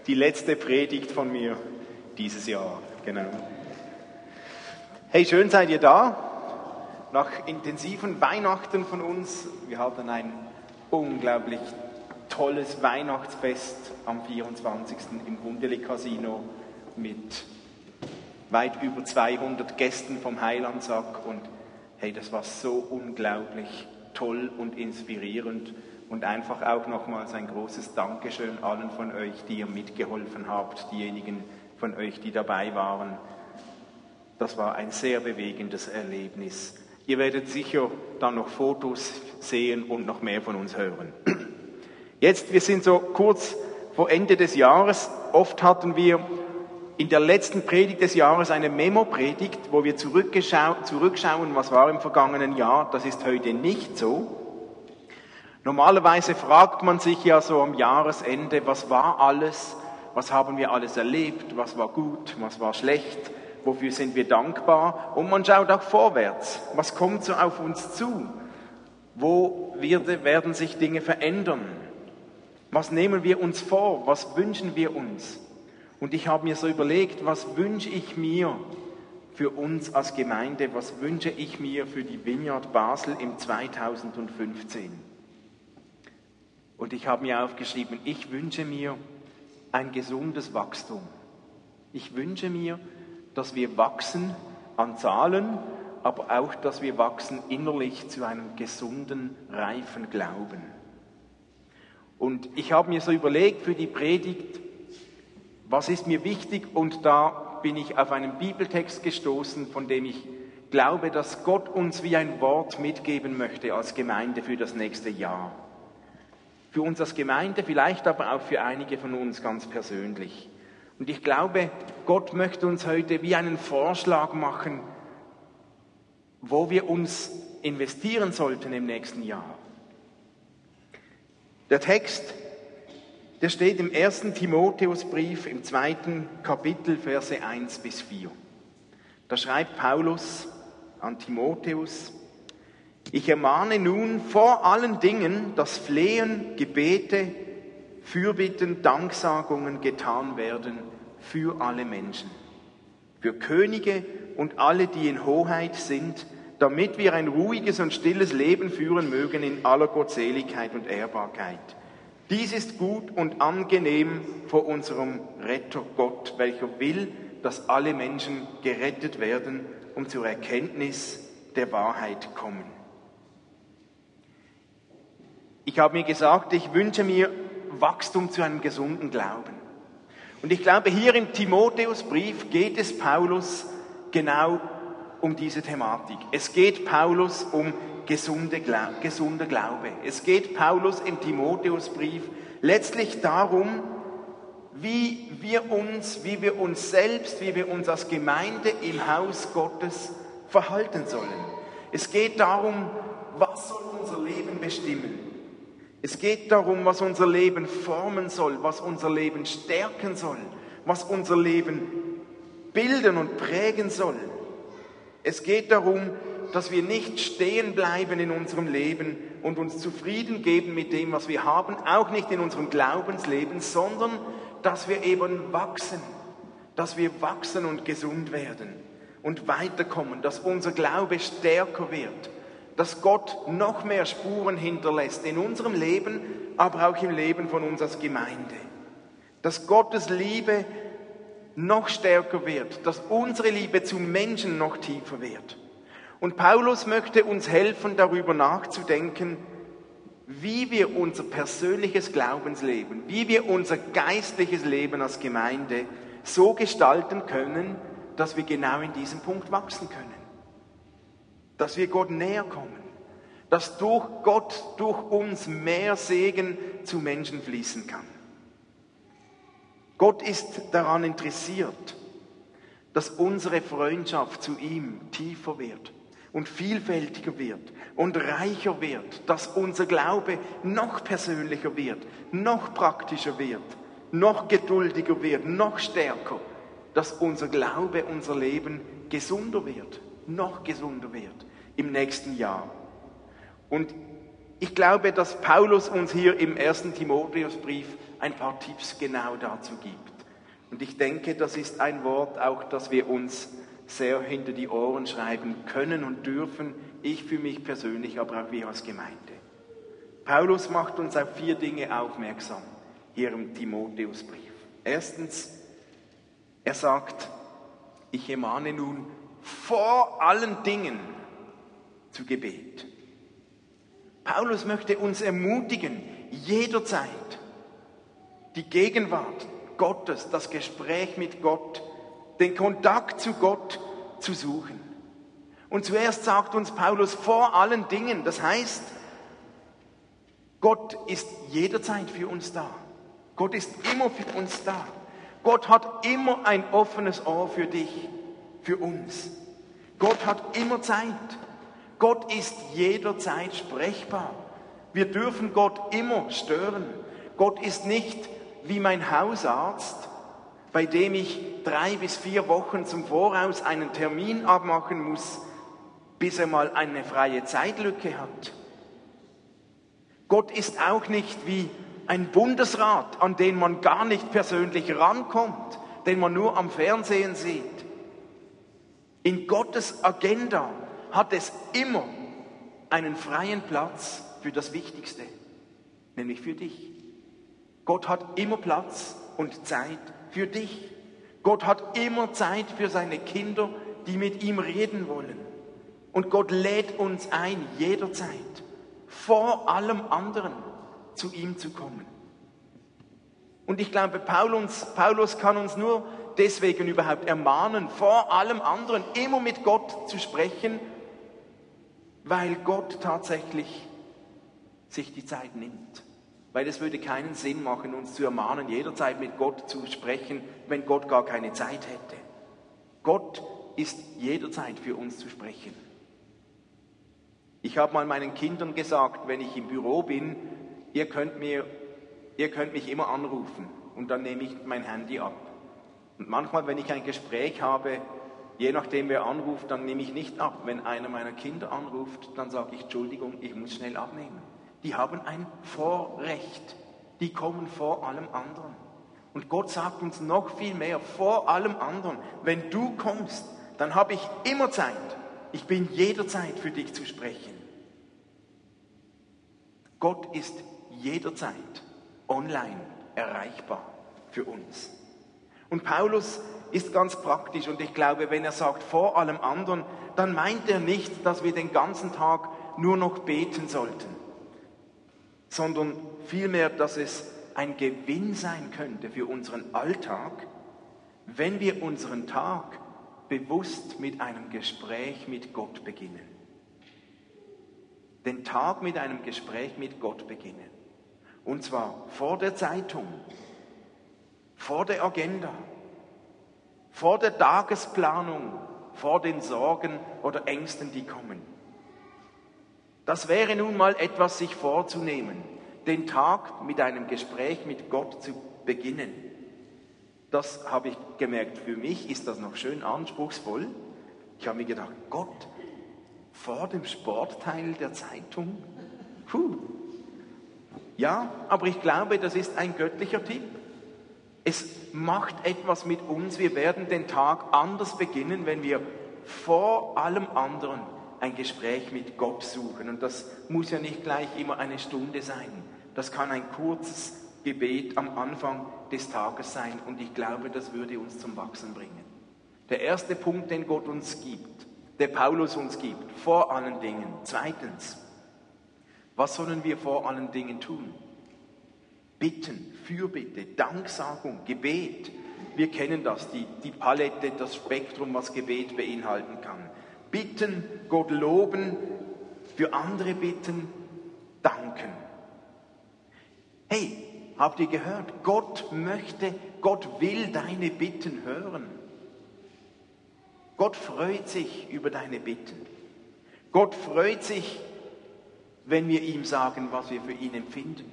Die letzte Predigt von mir dieses Jahr, genau. Hey, schön seid ihr da. Nach intensiven Weihnachten von uns. Wir hatten ein unglaublich tolles Weihnachtsfest am 24. im Gundeli Casino mit weit über 200 Gästen vom Heilandsack. Und hey, das war so unglaublich toll und inspirierend. Und einfach auch nochmals ein großes Dankeschön allen von euch, die ihr mitgeholfen habt, diejenigen von euch, die dabei waren. Das war ein sehr bewegendes Erlebnis. Ihr werdet sicher dann noch Fotos sehen und noch mehr von uns hören. Jetzt, wir sind so kurz vor Ende des Jahres. Oft hatten wir in der letzten Predigt des Jahres eine Memo-Predigt, wo wir zurückschauen, was war im vergangenen Jahr. Das ist heute nicht so. Normalerweise fragt man sich ja so am Jahresende, was war alles, was haben wir alles erlebt, was war gut, was war schlecht, wofür sind wir dankbar, und man schaut auch vorwärts, was kommt so auf uns zu, wo werden sich Dinge verändern, was nehmen wir uns vor, was wünschen wir uns. Und ich habe mir so überlegt, was wünsche ich mir für uns als Gemeinde, was wünsche ich mir für die Vineyard Basel im 2015. Und ich habe mir aufgeschrieben, ich wünsche mir ein gesundes Wachstum. Ich wünsche mir, dass wir wachsen an Zahlen, aber auch, dass wir wachsen innerlich zu einem gesunden, reifen Glauben. Und ich habe mir so überlegt für die Predigt, was ist mir wichtig? Und da bin ich auf einen Bibeltext gestoßen, von dem ich glaube, dass Gott uns wie ein Wort mitgeben möchte als Gemeinde für das nächste Jahr. Für uns als Gemeinde, vielleicht aber auch für einige von uns ganz persönlich. Und ich glaube, Gott möchte uns heute wie einen Vorschlag machen, wo wir uns investieren sollten im nächsten Jahr. Der Text, der steht im 1. Timotheusbrief im 2. Kapitel, Verse 1 bis 4. Da schreibt Paulus an Timotheus: Ich ermahne nun vor allen Dingen, dass Flehen, Gebete, Fürbitten, Danksagungen getan werden für alle Menschen, für Könige und alle, die in Hoheit sind, damit wir ein ruhiges und stilles Leben führen mögen in aller Gottseligkeit und Ehrbarkeit. Dies ist gut und angenehm vor unserem Retter Gott, welcher will, dass alle Menschen gerettet werden und zur Erkenntnis der Wahrheit kommen. Ich habe mir gesagt, ich wünsche mir Wachstum zu einem gesunden Glauben. Und ich glaube, hier im Timotheusbrief geht es Paulus genau um diese Thematik. Es geht Paulus um gesunder Glaube. Es geht Paulus im Timotheusbrief letztlich darum, wie wir uns selbst, wie wir uns als Gemeinde im Haus Gottes verhalten sollen. Es geht darum, was soll unser Leben bestimmen. Es geht darum, was unser Leben formen soll, was unser Leben stärken soll, was unser Leben bilden und prägen soll. Es geht darum, dass wir nicht stehen bleiben in unserem Leben und uns zufrieden geben mit dem, was wir haben, auch nicht in unserem Glaubensleben, sondern dass wir eben wachsen, dass wir wachsen und gesund werden und weiterkommen, dass unser Glaube stärker wird, dass Gott noch mehr Spuren hinterlässt in unserem Leben, aber auch im Leben von uns als Gemeinde. Dass Gottes Liebe noch stärker wird, dass unsere Liebe zu Menschen noch tiefer wird. Und Paulus möchte uns helfen, darüber nachzudenken, wie wir unser persönliches Glaubensleben, wie wir unser geistliches Leben als Gemeinde so gestalten können, dass wir genau in diesem Punkt wachsen können. Dass wir Gott näher kommen, dass durch Gott, durch uns mehr Segen zu Menschen fließen kann. Gott ist daran interessiert, dass unsere Freundschaft zu ihm tiefer wird und vielfältiger wird und reicher wird, dass unser Glaube noch persönlicher wird, noch praktischer wird, noch geduldiger wird, noch stärker, dass unser Glaube, unser Leben gesunder wird, noch gesunder wird im nächsten Jahr. Und ich glaube, dass Paulus uns hier im 1. Timotheusbrief ein paar Tipps genau dazu gibt. Und ich denke, das ist ein Wort auch, das wir uns sehr hinter die Ohren schreiben können und dürfen. Ich für mich persönlich, aber auch wir als Gemeinde. Paulus macht uns auf 4 Dinge aufmerksam, hier im Timotheusbrief. Erstens, er sagt, ich ermahne nun vor allen Dingen zu Gebet. Paulus möchte uns ermutigen, jederzeit die Gegenwart Gottes, das Gespräch mit Gott, den Kontakt zu Gott zu suchen. Und zuerst sagt uns Paulus vor allen Dingen, das heißt, Gott ist jederzeit für uns da. Gott ist immer für uns da. Gott hat immer ein offenes Ohr für dich, für uns. Gott hat immer Zeit. Gott ist jederzeit sprechbar. Wir dürfen Gott immer stören. Gott ist nicht wie mein Hausarzt, bei dem ich 3 bis 4 Wochen zum Voraus einen Termin abmachen muss, bis er mal eine freie Zeitlücke hat. Gott ist auch nicht wie ein Bundesrat, an den man gar nicht persönlich rankommt, den man nur am Fernsehen sieht. In Gottes Agenda hat es immer einen freien Platz für das Wichtigste, nämlich für dich. Gott hat immer Platz und Zeit für dich. Gott hat immer Zeit für seine Kinder, die mit ihm reden wollen. Und Gott lädt uns ein, jederzeit, vor allem anderen zu ihm zu kommen. Und ich glaube, Paulus kann uns nur deswegen überhaupt ermahnen, vor allem anderen immer mit Gott zu sprechen, weil Gott tatsächlich sich die Zeit nimmt. Weil es würde keinen Sinn machen, uns zu ermahnen, jederzeit mit Gott zu sprechen, wenn Gott gar keine Zeit hätte. Gott ist jederzeit für uns zu sprechen. Ich habe mal meinen Kindern gesagt, wenn ich im Büro bin, ihr könnt mich immer anrufen und dann nehme ich mein Handy ab. Und manchmal, wenn ich ein Gespräch habe, je nachdem wer anruft, dann nehme ich nicht ab. Wenn einer meiner Kinder anruft, dann sage ich, Entschuldigung, ich muss schnell abnehmen. Die haben ein Vorrecht. Die kommen vor allem anderen. Und Gott sagt uns noch viel mehr, vor allem anderen. Wenn du kommst, dann habe ich immer Zeit. Ich bin jederzeit für dich zu sprechen. Gott ist jederzeit online erreichbar für uns. Und Paulus ist ganz praktisch und ich glaube, wenn er sagt vor allem anderen, dann meint er nicht, dass wir den ganzen Tag nur noch beten sollten, sondern vielmehr, dass es ein Gewinn sein könnte für unseren Alltag, wenn wir unseren Tag bewusst mit einem Gespräch mit Gott beginnen. Den Tag mit einem Gespräch mit Gott beginnen. Und zwar vor der Zeitung, vor der Agenda, vor der Tagesplanung, vor den Sorgen oder Ängsten, die kommen. Das wäre nun mal etwas, sich vorzunehmen, den Tag mit einem Gespräch mit Gott zu beginnen. Das habe ich gemerkt, für mich ist das noch schön anspruchsvoll. Ich habe mir gedacht, Gott, vor dem Sportteil der Zeitung? Ja, aber ich glaube, das ist ein göttlicher Tipp. Es macht etwas mit uns. Wir werden den Tag anders beginnen, wenn wir vor allem anderen ein Gespräch mit Gott suchen. Und das muss ja nicht gleich immer eine Stunde sein. Das kann ein kurzes Gebet am Anfang des Tages sein. Und ich glaube, das würde uns zum Wachsen bringen. Der erste Punkt, den Gott uns gibt, der Paulus uns gibt, vor allen Dingen. Zweitens, was sollen wir vor allen Dingen tun? Bitten, Fürbitte, Danksagung, Gebet. Wir kennen das, die Palette, das Spektrum, was Gebet beinhalten kann. Bitten, Gott loben, für andere bitten, danken. Hey, habt ihr gehört? Gott will deine Bitten hören. Gott freut sich über deine Bitten. Gott freut sich, wenn wir ihm sagen, was wir für ihn empfinden.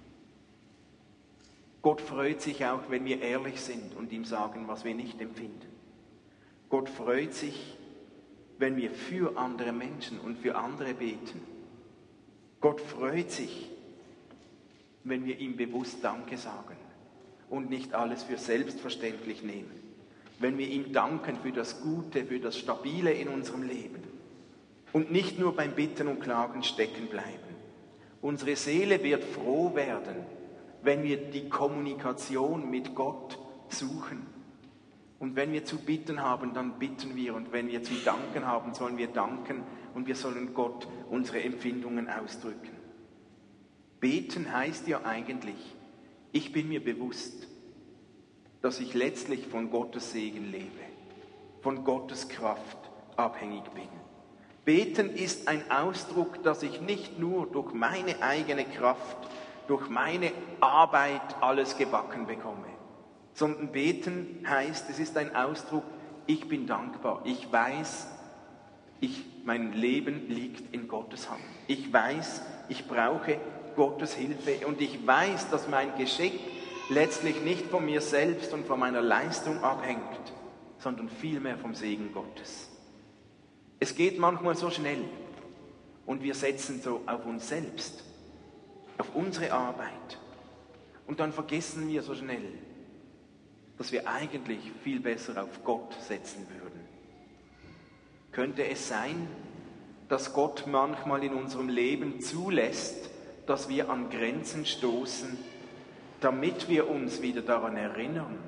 Gott freut sich auch, wenn wir ehrlich sind und ihm sagen, was wir nicht empfinden. Gott freut sich, wenn wir für andere Menschen und für andere beten. Gott freut sich, wenn wir ihm bewusst Danke sagen und nicht alles für selbstverständlich nehmen. Wenn wir ihm danken für das Gute, für das Stabile in unserem Leben und nicht nur beim Bitten und Klagen stecken bleiben. Unsere Seele wird froh werden, wenn wir die Kommunikation mit Gott suchen. Und wenn wir zu bitten haben, dann bitten wir. Und wenn wir zu danken haben, sollen wir danken und wir sollen Gott unsere Empfindungen ausdrücken. Beten heißt ja eigentlich, ich bin mir bewusst, dass ich letztlich von Gottes Segen lebe, von Gottes Kraft abhängig bin. Beten ist ein Ausdruck, dass ich nicht nur durch meine eigene Kraft, durch meine Arbeit alles gebacken bekomme, sondern beten heißt, es ist ein Ausdruck, ich bin dankbar, ich weiß, mein Leben liegt in Gottes Hand. Ich weiß, ich brauche Gottes Hilfe und ich weiß, dass mein Geschick letztlich nicht von mir selbst und von meiner Leistung abhängt, sondern vielmehr vom Segen Gottes. Es geht manchmal so schnell und wir setzen so auf uns selbst, auf unsere Arbeit und dann vergessen wir so schnell, dass wir eigentlich viel besser auf Gott setzen würden. Könnte es sein, dass Gott manchmal in unserem Leben zulässt, dass wir an Grenzen stoßen, damit wir uns wieder daran erinnern,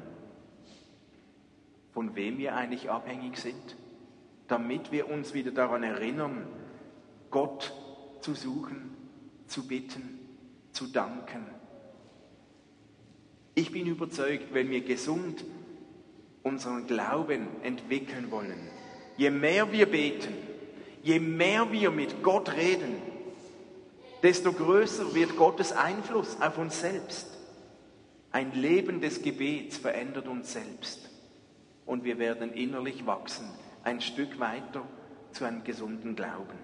von wem wir eigentlich abhängig sind? Damit wir uns wieder daran erinnern, Gott zu suchen, zu bitten, zu danken. Ich bin überzeugt, wenn wir gesund unseren Glauben entwickeln wollen, je mehr wir beten, je mehr wir mit Gott reden, desto größer wird Gottes Einfluss auf uns selbst. Ein Leben des Gebets verändert uns selbst und wir werden innerlich wachsen, ein Stück weiter zu einem gesunden Glauben.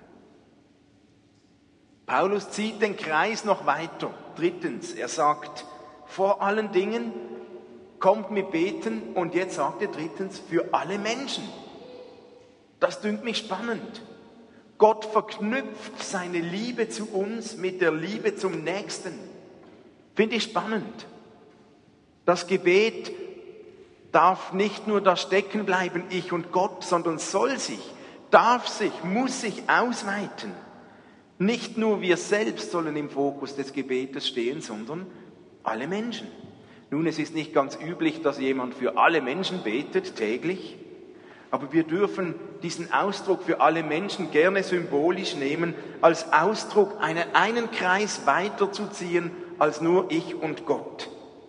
Paulus zieht den Kreis noch weiter. Drittens, er sagt, vor allen Dingen kommt mit Beten und jetzt sagt er drittens, für alle Menschen. Das dünkt mich spannend. Gott verknüpft seine Liebe zu uns mit der Liebe zum Nächsten. Finde ich spannend. Das Gebet darf nicht nur da stecken bleiben, ich und Gott, sondern soll sich, muss sich ausweiten. Nicht nur wir selbst sollen im Fokus des Gebetes stehen, sondern alle Menschen. Nun, es ist nicht ganz üblich, dass jemand für alle Menschen betet, täglich, aber wir dürfen diesen Ausdruck für alle Menschen gerne symbolisch nehmen, als Ausdruck, einen Kreis weiterzuziehen als nur ich und Gott.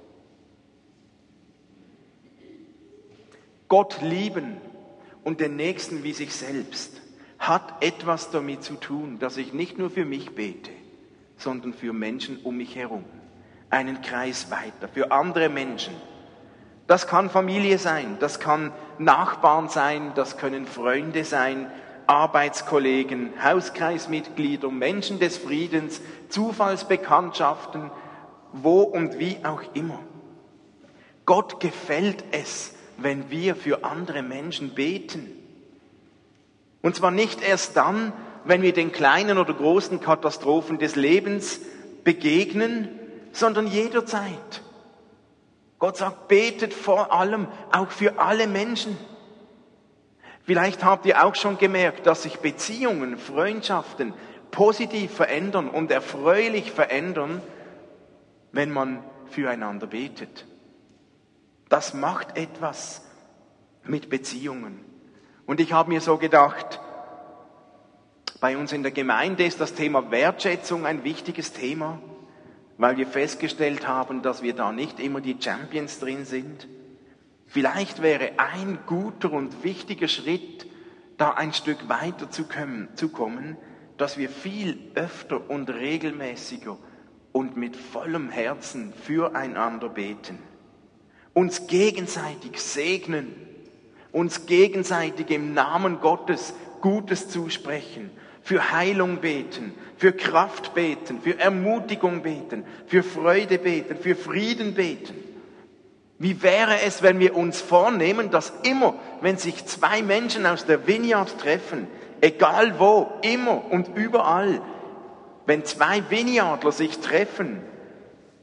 Gott lieben und den Nächsten wie sich selbst hat etwas damit zu tun, dass ich nicht nur für mich bete, sondern für Menschen um mich herum. Einen Kreis weiter, für andere Menschen. Das kann Familie sein, das kann Nachbarn sein, das können Freunde sein, Arbeitskollegen, Hauskreismitglieder, Menschen des Friedens, Zufallsbekanntschaften, wo und wie auch immer. Gott gefällt es, wenn wir für andere Menschen beten. Und zwar nicht erst dann, wenn wir den kleinen oder großen Katastrophen des Lebens begegnen, sondern jederzeit. Gott sagt, betet vor allem auch für alle Menschen. Vielleicht habt ihr auch schon gemerkt, dass sich Beziehungen, Freundschaften positiv verändern und erfreulich verändern, wenn man füreinander betet. Das macht etwas mit Beziehungen. Und ich habe mir so gedacht, bei uns in der Gemeinde ist das Thema Wertschätzung ein wichtiges Thema, weil wir festgestellt haben, dass wir da nicht immer die Champions drin sind. Vielleicht wäre ein guter und wichtiger Schritt, da ein Stück weiter zu kommen, dass wir viel öfter und regelmäßiger und mit vollem Herzen füreinander beten. Uns gegenseitig segnen, uns gegenseitig im Namen Gottes Gutes zusprechen, für Heilung beten, für Kraft beten, für Ermutigung beten, für Freude beten, für Frieden beten. Wie wäre es, wenn wir uns vornehmen, dass immer, wenn sich zwei Menschen aus der Vineyard treffen, egal wo, immer und überall, wenn zwei Vineyardler sich treffen,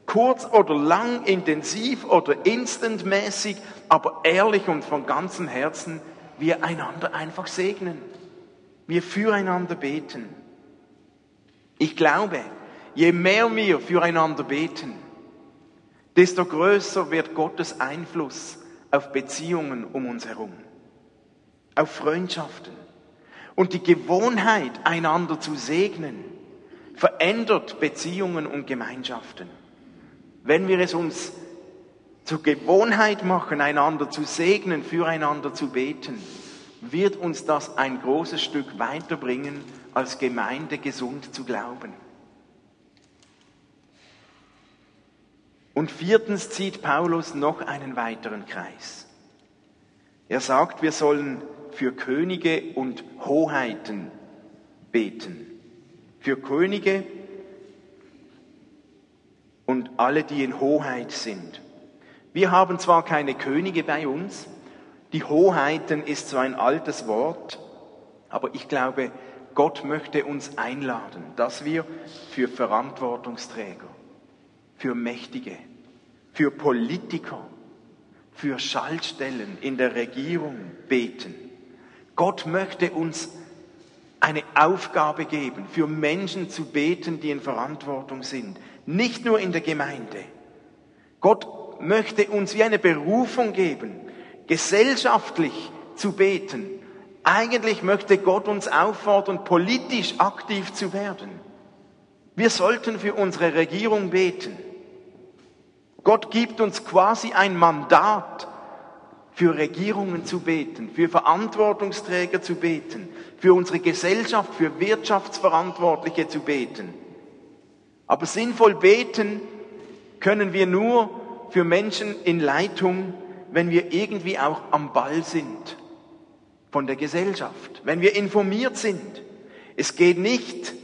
Kurz oder lang, intensiv oder instantmäßig, aber ehrlich und von ganzem Herzen, wir einander einfach segnen. Wir füreinander beten. Ich glaube, je mehr wir füreinander beten, desto größer wird Gottes Einfluss auf Beziehungen um uns herum, auf Freundschaften. Und die Gewohnheit, einander zu segnen, verändert Beziehungen und Gemeinschaften. Wenn wir es uns zur Gewohnheit machen, einander zu segnen, füreinander zu beten, wird uns das ein großes Stück weiterbringen, als Gemeinde gesund zu glauben. Und viertens zieht Paulus noch einen weiteren Kreis. Er sagt, wir sollen für Könige und Hoheiten beten. Für Könige und alle, die in Hoheit sind. Wir haben zwar keine Könige bei uns, die Hoheiten ist so ein altes Wort, aber ich glaube, Gott möchte uns einladen, dass wir für Verantwortungsträger, für Mächtige, für Politiker, für Schaltstellen in der Regierung beten. Gott möchte uns eine Aufgabe geben, für Menschen zu beten, die in Verantwortung sind. Nicht nur in der Gemeinde. Gott möchte uns wie eine Berufung geben, gesellschaftlich zu beten. Eigentlich möchte Gott uns auffordern, politisch aktiv zu werden. Wir sollten für unsere Regierung beten. Gott gibt uns quasi ein Mandat, für Regierungen zu beten, für Verantwortungsträger zu beten, für unsere Gesellschaft, für Wirtschaftsverantwortliche zu beten. Aber sinnvoll beten können wir nur für Menschen in Leitung, wenn wir irgendwie auch am Ball sind von der Gesellschaft, wenn wir informiert sind. Es geht nicht,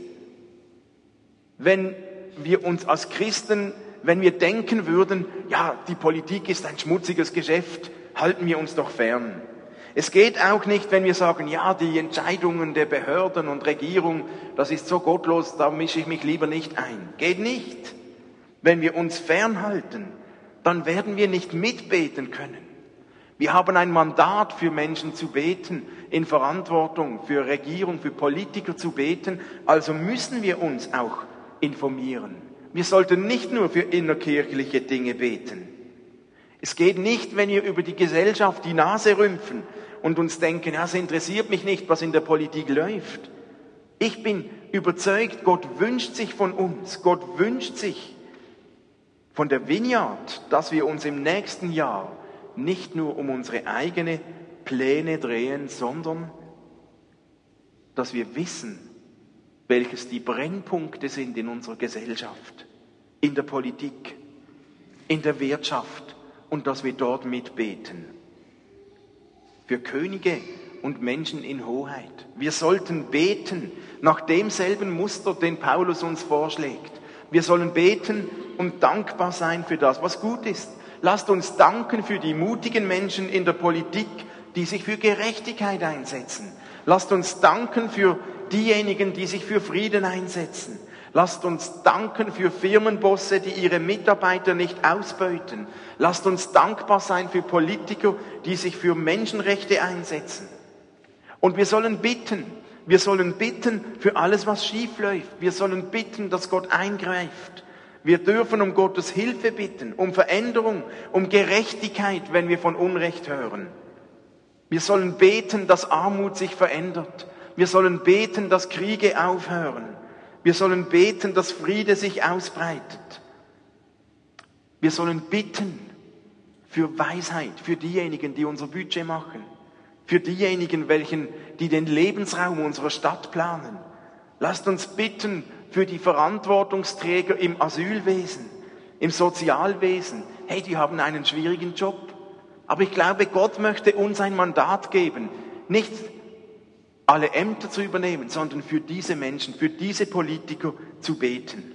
wenn wir uns als Christen, wenn wir denken würden, ja, die Politik ist ein schmutziges Geschäft, halten wir uns doch fern. Es geht auch nicht, wenn wir sagen, ja, die Entscheidungen der Behörden und Regierung, das ist so gottlos, da mische ich mich lieber nicht ein. Geht nicht. Wenn wir uns fernhalten, dann werden wir nicht mitbeten können. Wir haben ein Mandat, für Menschen zu beten, in Verantwortung, für Regierung, für Politiker zu beten, also müssen wir uns auch informieren. Wir sollten nicht nur für innerkirchliche Dinge beten. Es geht nicht, wenn wir über die Gesellschaft die Nase rümpfen und uns denken, ja, es interessiert mich nicht, was in der Politik läuft. Ich bin überzeugt, Gott wünscht sich von uns, Gott wünscht sich von der Vineyard, dass wir uns im nächsten Jahr nicht nur um unsere eigenen Pläne drehen, sondern dass wir wissen, welches die Brennpunkte sind in unserer Gesellschaft, in der Politik, in der Wirtschaft und dass wir dort mitbeten. Für Könige und Menschen in Hoheit. Wir sollten beten nach demselben Muster, den Paulus uns vorschlägt. Wir sollen beten und dankbar sein für das, was gut ist. Lasst uns danken für die mutigen Menschen in der Politik, die sich für Gerechtigkeit einsetzen. Lasst uns danken für diejenigen, die sich für Frieden einsetzen. Lasst uns danken für Firmenbosse, die ihre Mitarbeiter nicht ausbeuten. Lasst uns dankbar sein für Politiker, die sich für Menschenrechte einsetzen. Und wir sollen bitten für alles, was schief läuft. Wir sollen bitten, dass Gott eingreift. Wir dürfen um Gottes Hilfe bitten, um Veränderung, um Gerechtigkeit, wenn wir von Unrecht hören. Wir sollen beten, dass Armut sich verändert. Wir sollen beten, dass Kriege aufhören. Wir sollen beten, dass Friede sich ausbreitet. Wir sollen bitten für Weisheit, für diejenigen, die unser Budget machen, für diejenigen, die den Lebensraum unserer Stadt planen. Lasst uns bitten für die Verantwortungsträger im Asylwesen, im Sozialwesen. Hey, die haben einen schwierigen Job. Aber ich glaube, Gott möchte uns ein Mandat geben, nicht alle Ämter zu übernehmen, sondern für diese Menschen, für diese Politiker zu beten.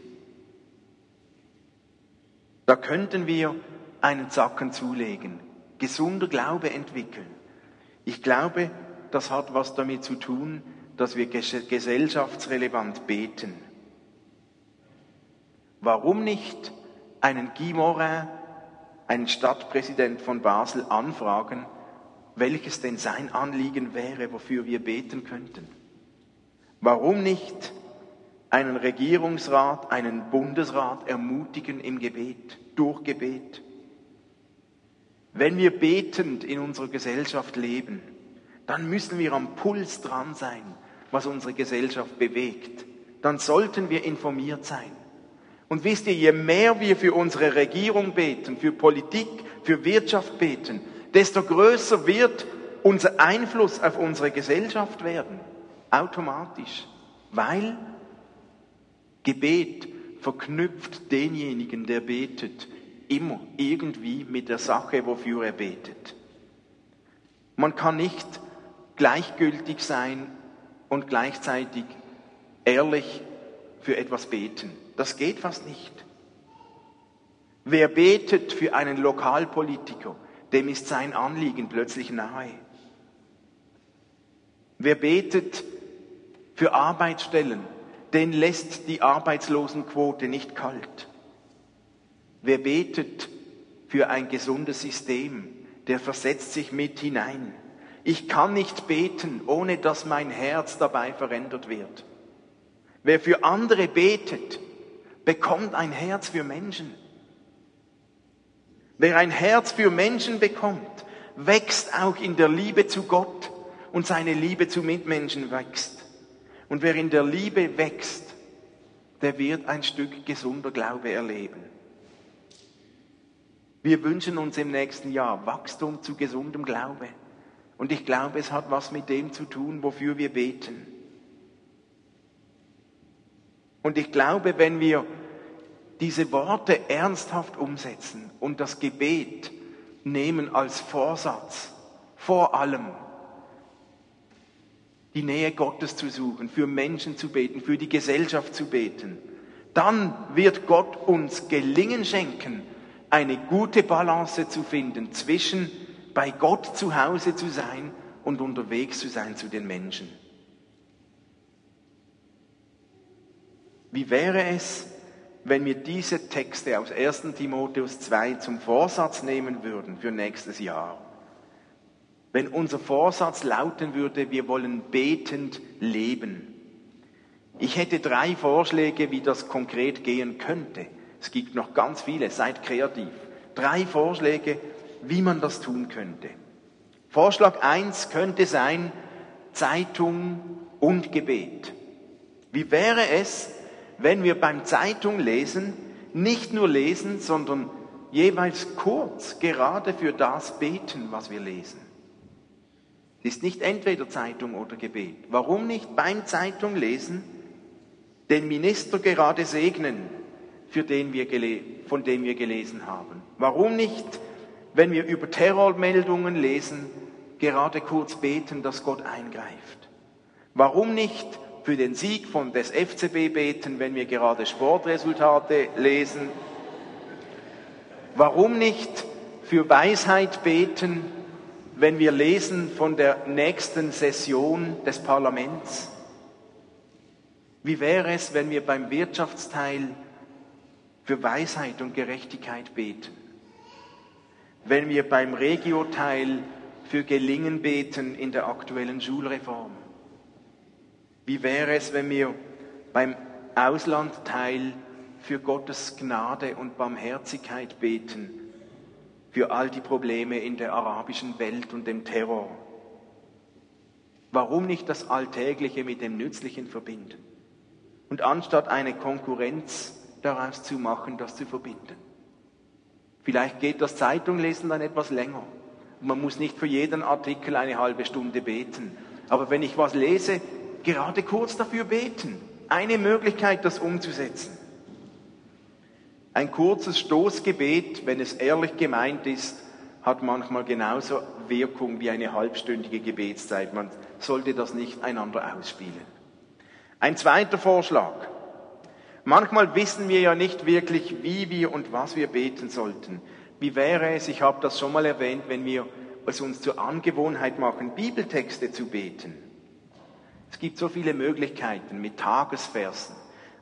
Da könnten wir einen Zacken zulegen, gesunder Glaube entwickeln. Ich glaube, das hat was damit zu tun, dass wir gesellschaftsrelevant beten. Warum nicht einen Guy Morin, einen Stadtpräsident von Basel, anfragen, welches denn sein Anliegen wäre, wofür wir beten könnten. Warum nicht einen Regierungsrat, einen Bundesrat ermutigen im Gebet, durch Gebet? Wenn wir betend in unserer Gesellschaft leben, dann müssen wir am Puls dran sein, was unsere Gesellschaft bewegt. Dann sollten wir informiert sein. Und wisst ihr, je mehr wir für unsere Regierung beten, für Politik, für Wirtschaft beten, desto größer wird unser Einfluss auf unsere Gesellschaft werden. Automatisch. Weil Gebet verknüpft denjenigen, der betet, immer irgendwie mit der Sache, wofür er betet. Man kann nicht gleichgültig sein und gleichzeitig ehrlich für etwas beten. Das geht fast nicht. Wer betet für einen Lokalpolitiker, dem ist sein Anliegen plötzlich nahe. Wer betet für Arbeitsstellen, den lässt die Arbeitslosenquote nicht kalt. Wer betet für ein gesundes System, der versetzt sich mit hinein. Ich kann nicht beten, ohne dass mein Herz dabei verändert wird. Wer für andere betet, bekommt ein Herz für Menschen. Wer ein Herz für Menschen bekommt, wächst auch in der Liebe zu Gott und seine Liebe zu Mitmenschen wächst. Und wer in der Liebe wächst, der wird ein Stück gesunder Glaube erleben. Wir wünschen uns im nächsten Jahr Wachstum zu gesundem Glaube. Und ich glaube, es hat was mit dem zu tun, wofür wir beten. Und ich glaube, wenn wir diese Worte ernsthaft umsetzen und das Gebet nehmen als Vorsatz, vor allem die Nähe Gottes zu suchen, für Menschen zu beten, für die Gesellschaft zu beten, dann wird Gott uns Gelingen schenken, eine gute Balance zu finden zwischen bei Gott zu Hause zu sein und unterwegs zu sein zu den Menschen. Wie wäre es, wenn wir diese Texte aus 1. Timotheus 2 zum Vorsatz nehmen würden für nächstes Jahr? Wenn unser Vorsatz lauten würde, wir wollen betend leben. Ich hätte 3 Vorschläge, wie das konkret gehen könnte. Es gibt noch ganz viele, seid kreativ. 3 Vorschläge, wie man das tun könnte. Vorschlag 1 könnte sein, Zeitung und Gebet. Wie wäre es, wenn wir beim Zeitung lesen, nicht nur lesen, sondern jeweils kurz gerade für das beten, was wir lesen? Es ist nicht entweder Zeitung oder Gebet. Warum nicht beim Zeitung lesen den Minister gerade segnen, von dem wir gelesen haben? Warum nicht, wenn wir über Terrormeldungen lesen, gerade kurz beten, dass Gott eingreift? Warum nicht für den Sieg des FCB beten, wenn wir gerade Sportresultate lesen? Warum nicht für Weisheit beten, wenn wir lesen von der nächsten Session des Parlaments? Wie wäre es, wenn wir beim Wirtschaftsteil für Weisheit und Gerechtigkeit beten? Wenn wir beim Regio-Teil für Gelingen beten in der aktuellen Schulreform? Wie wäre es, wenn wir beim Auslandteil für Gottes Gnade und Barmherzigkeit beten, für all die Probleme in der arabischen Welt und dem Terror? Warum nicht das Alltägliche mit dem Nützlichen verbinden? Und anstatt eine Konkurrenz daraus zu machen, das zu verbinden. Vielleicht geht das Zeitunglesen dann etwas länger. Man muss nicht für jeden Artikel eine halbe Stunde beten. Aber wenn ich was lese, gerade kurz dafür beten. Eine Möglichkeit, das umzusetzen. Ein kurzes Stoßgebet, wenn es ehrlich gemeint ist, hat manchmal genauso Wirkung wie eine halbstündige Gebetszeit. Man sollte das nicht einander ausspielen. Ein zweiter Vorschlag. Manchmal wissen wir ja nicht wirklich, wie wir und was wir beten sollten. Wie wäre es, ich habe das schon mal erwähnt, wenn wir es uns zur Angewohnheit machen, Bibeltexte zu beten? Es gibt so viele Möglichkeiten mit Tagesversen.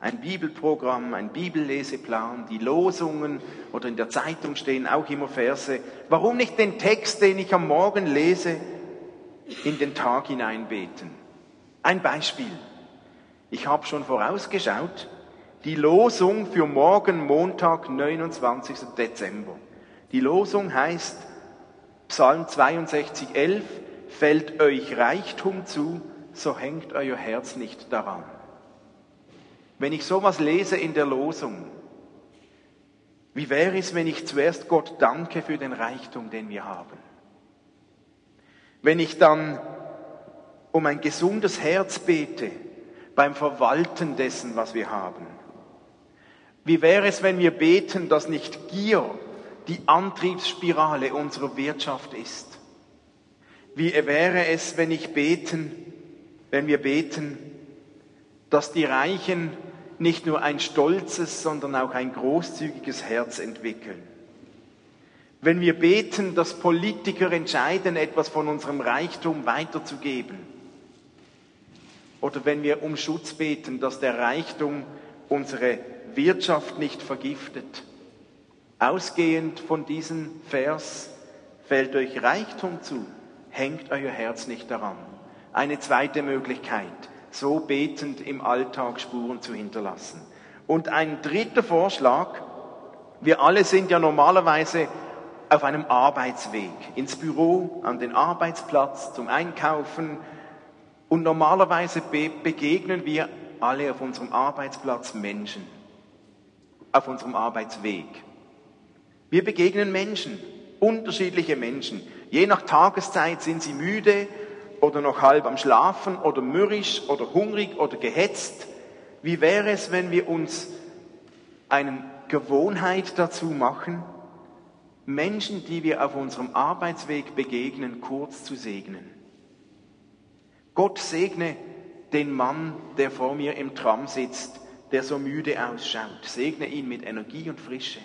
ein Bibelprogramm, ein Bibelleseplan, die Losungen oder in der Zeitung stehen auch immer Verse. Warum nicht den Text, den ich am Morgen lese, in den Tag hineinbeten? Ein Beispiel. Ich habe schon vorausgeschaut, die Losung für morgen Montag, 29. Dezember. Die Losung heißt Psalm 62,11, fällt euch Reichtum zu, so hängt euer Herz nicht daran. Wenn ich sowas lese in der Losung, wie wäre es, wenn ich zuerst Gott danke für den Reichtum, den wir haben? Wenn ich dann um ein gesundes Herz bete beim Verwalten dessen, was wir haben? Wie wäre es, wenn wir beten, dass nicht Gier die Antriebsspirale unserer Wirtschaft ist? Wie wäre es, wenn wir beten, dass die Reichen nicht nur ein stolzes, sondern auch ein großzügiges Herz entwickeln? Wenn wir beten, dass Politiker entscheiden, etwas von unserem Reichtum weiterzugeben? Oder wenn wir um Schutz beten, dass der Reichtum unsere Wirtschaft nicht vergiftet? Ausgehend von diesem Vers, fällt euch Reichtum zu, hängt euer Herz nicht daran. Eine zweite Möglichkeit, so betend im Alltag Spuren zu hinterlassen. Und ein dritter Vorschlag, wir alle sind ja normalerweise auf einem Arbeitsweg, ins Büro, an den Arbeitsplatz, zum Einkaufen. Und normalerweise begegnen wir alle auf unserem Arbeitsplatz Menschen, auf unserem Arbeitsweg. Wir begegnen Menschen, unterschiedliche Menschen. Je nach Tageszeit sind sie müde oder noch halb am Schlafen oder mürrisch oder hungrig oder gehetzt. Wie wäre es, wenn wir uns eine Gewohnheit dazu machen, Menschen, die wir auf unserem Arbeitsweg begegnen, kurz zu segnen? Gott segne den Mann, der vor mir im Tram sitzt, der so müde ausschaut. Segne ihn mit Energie und Frische.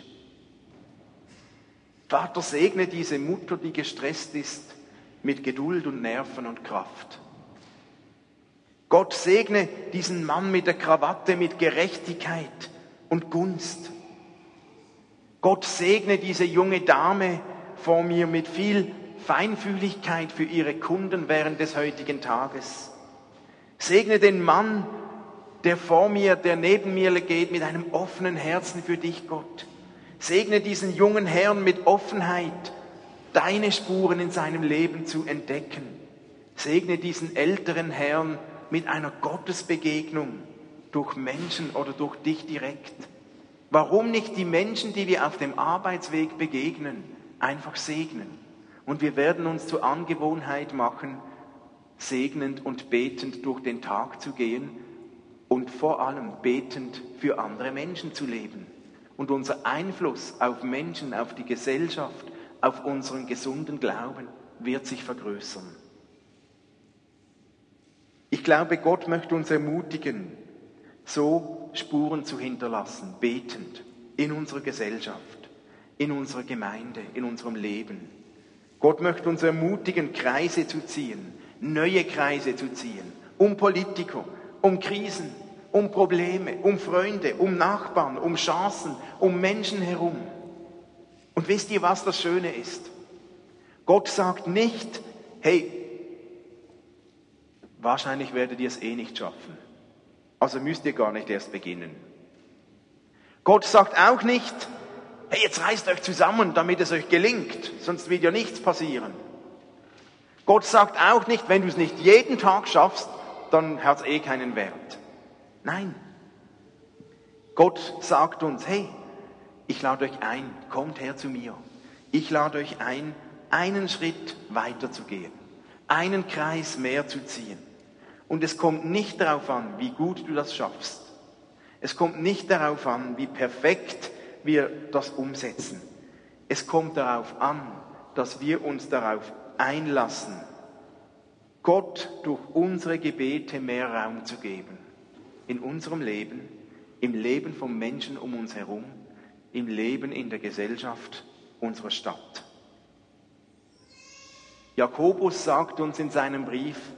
Vater, segne diese Mutter, die gestresst ist, mit Geduld und Nerven und Kraft. Gott segne diesen Mann mit der Krawatte, mit Gerechtigkeit und Gunst. Gott segne diese junge Dame vor mir mit viel Feinfühligkeit für ihre Kunden während des heutigen Tages. Segne den Mann, der vor mir, der neben mir geht, mit einem offenen Herzen für dich, Gott. Segne diesen jungen Herrn mit Offenheit, deine Spuren in seinem Leben zu entdecken. Segne diesen älteren Herrn mit einer Gottesbegegnung durch Menschen oder durch dich direkt. Warum nicht die Menschen, die wir auf dem Arbeitsweg begegnen, einfach segnen? Und wir werden uns zur Angewohnheit machen, segnend und betend durch den Tag zu gehen und vor allem betend für andere Menschen zu leben. Und unser Einfluss auf Menschen, auf die Gesellschaft, auf unseren gesunden Glauben wird sich vergrößern. Ich glaube, Gott möchte uns ermutigen, so Spuren zu hinterlassen, betend, in unserer Gesellschaft, in unserer Gemeinde, in unserem Leben. Gott möchte uns ermutigen, Kreise zu ziehen, neue Kreise zu ziehen, um Politiker, um Krisen, um Probleme, um Freunde, um Nachbarn, um Chancen, um Menschen herum. Und wisst ihr, was das Schöne ist? Gott sagt nicht, hey, wahrscheinlich werdet ihr es eh nicht schaffen. Also müsst ihr gar nicht erst beginnen. Gott sagt auch nicht, hey, jetzt reißt euch zusammen, damit es euch gelingt, sonst wird ja nichts passieren. Gott sagt auch nicht, wenn du es nicht jeden Tag schaffst, dann hat es eh keinen Wert. Nein. Gott sagt uns, hey, ich lade euch ein, kommt her zu mir. Ich lade euch ein, einen Schritt weiter zu gehen, einen Kreis mehr zu ziehen. Und es kommt nicht darauf an, wie gut du das schaffst. Es kommt nicht darauf an, wie perfekt wir das umsetzen. Es kommt darauf an, dass wir uns darauf einlassen, Gott durch unsere Gebete mehr Raum zu geben. In unserem Leben, im Leben von Menschen um uns herum, im Leben in der Gesellschaft unserer Stadt. Jakobus sagt uns in seinem Brief,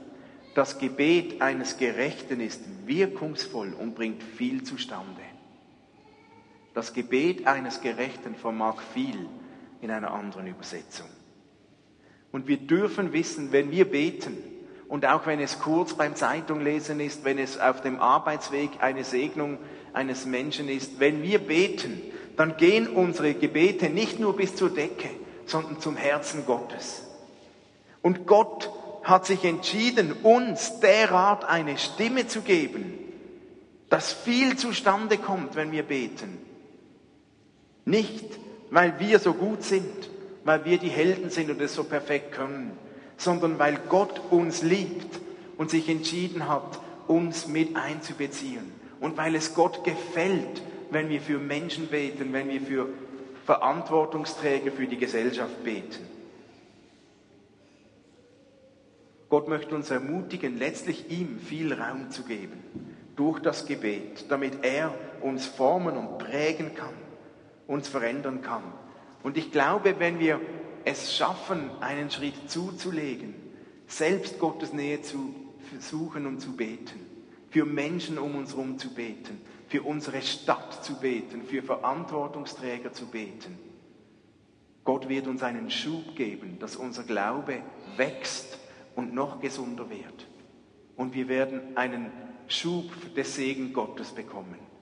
Das Gebet eines Gerechten ist wirkungsvoll und bringt viel zustande. Das Gebet eines Gerechten vermag viel in einer anderen Übersetzung. Und wir dürfen wissen, wenn wir beten, und auch wenn es kurz beim Zeitunglesen ist, wenn es auf dem Arbeitsweg eine Segnung eines Menschen ist, wenn wir beten, dann gehen unsere Gebete nicht nur bis zur Decke, sondern zum Herzen Gottes. Und Gott hat sich entschieden, uns derart eine Stimme zu geben, dass viel zustande kommt, wenn wir beten. Nicht, weil wir so gut sind, weil wir die Helden sind und es so perfekt können, sondern weil Gott uns liebt und sich entschieden hat, uns mit einzubeziehen. Und weil es Gott gefällt, wenn wir für Menschen beten, wenn wir für Verantwortungsträger für die Gesellschaft beten. Gott möchte uns ermutigen, letztlich ihm viel Raum zu geben, durch das Gebet, damit er uns formen und prägen kann, uns verändern kann. Und ich glaube, wenn wir es schaffen, einen Schritt zuzulegen, selbst Gottes Nähe zu suchen und zu beten, für Menschen um uns herum zu beten, für unsere Stadt zu beten, für Verantwortungsträger zu beten, Gott wird uns einen Schub geben, dass unser Glaube wächst und noch gesunder wird. Und wir werden einen Schub des Segen Gottes bekommen.